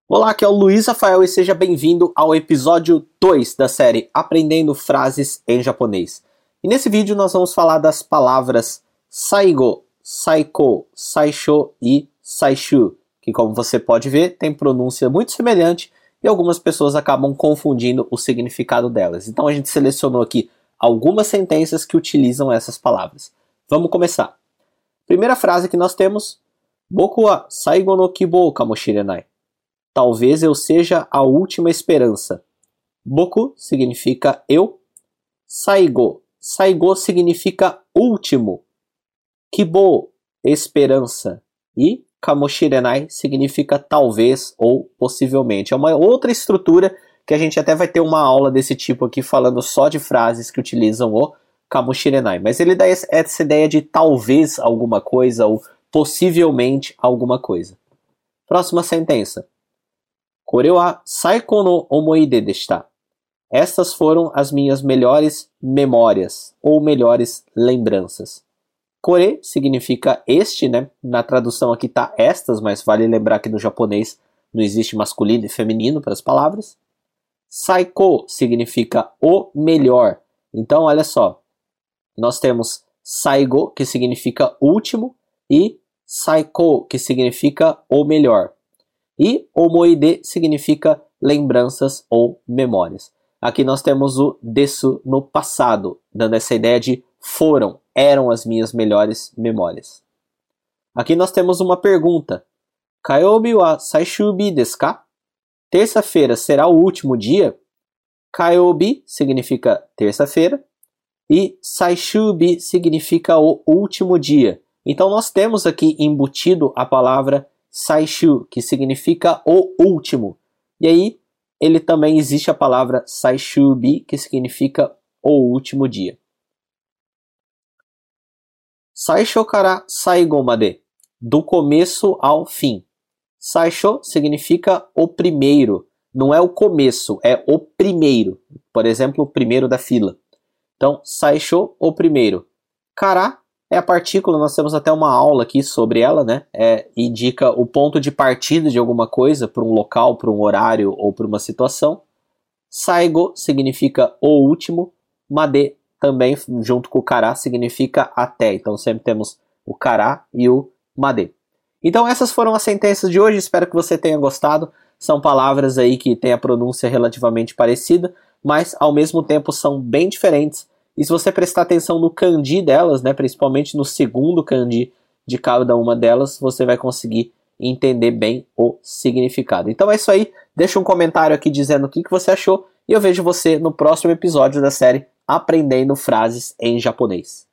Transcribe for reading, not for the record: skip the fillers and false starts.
Olá, aqui é o Luiz Rafael e seja bem-vindo ao episódio 2 da série Aprendendo Frases em Japonês. E nesse vídeo nós vamos falar das palavras saigo, saiko, saisho e saishu, que como você pode ver tem pronúncia muito semelhante e algumas pessoas acabam confundindo o significado delas. Então a gente selecionou aqui algumas sentenças que utilizam essas palavras. Vamos começar. Primeira frase que nós temos: Boku wa saigo no kibou kamoshirenai. Talvez eu seja a última esperança. Boku significa eu. Saigo. Saigo significa último. Kibo, esperança. E kamoshirenai significa talvez ou possivelmente. É uma outra estrutura que a gente até vai ter uma aula desse tipo aqui falando só de frases que utilizam o kamoshirenai. Mas ele dá essa ideia de talvez alguma coisa ou possivelmente alguma coisa. Próxima sentença. Kore wa saiko no omoide deshita. Estas foram as minhas melhores memórias ou melhores lembranças. Kore significa este, né? Na tradução aqui tá estas, mas vale lembrar que no japonês não existe masculino e feminino para as palavras. Saiko significa o melhor. Então, olha só. Nós temos saigo, que significa último, e saiko, que significa o melhor. E omoide significa lembranças ou memórias. Aqui nós temos o desu no passado, dando essa ideia de foram, eram as minhas melhores memórias. Aqui nós temos uma pergunta. Kaiobi wa saishubi desu ka? Terça-feira será o último dia? Kaiobi significa terça-feira e saishubi significa o último dia. Então nós temos aqui embutido a palavra saishu, que significa o último. E aí, ele também existe a palavra saishubi, que significa o último dia. Saisho kara saigo made. Do começo ao fim. Saisho significa o primeiro. Não é o começo, é o primeiro. Por exemplo, o primeiro da fila. Então, saisho, o primeiro. Kara é a partícula, nós temos até uma aula aqui sobre ela, né? Indica o ponto de partida de alguma coisa para um local, para um horário ou para uma situação. Saigo significa o último. Made também, junto com o kara, significa até. Então sempre temos o kara e o made. Então essas foram as sentenças de hoje, espero que você tenha gostado. São palavras aí que têm a pronúncia relativamente parecida, mas ao mesmo tempo são bem diferentes. E se você prestar atenção no kanji delas, né, principalmente no segundo kanji de cada uma delas, você vai conseguir entender bem o significado. Então é isso aí, deixa um comentário aqui dizendo o que você achou e eu vejo você no próximo episódio da série Aprendendo Frases em Japonês.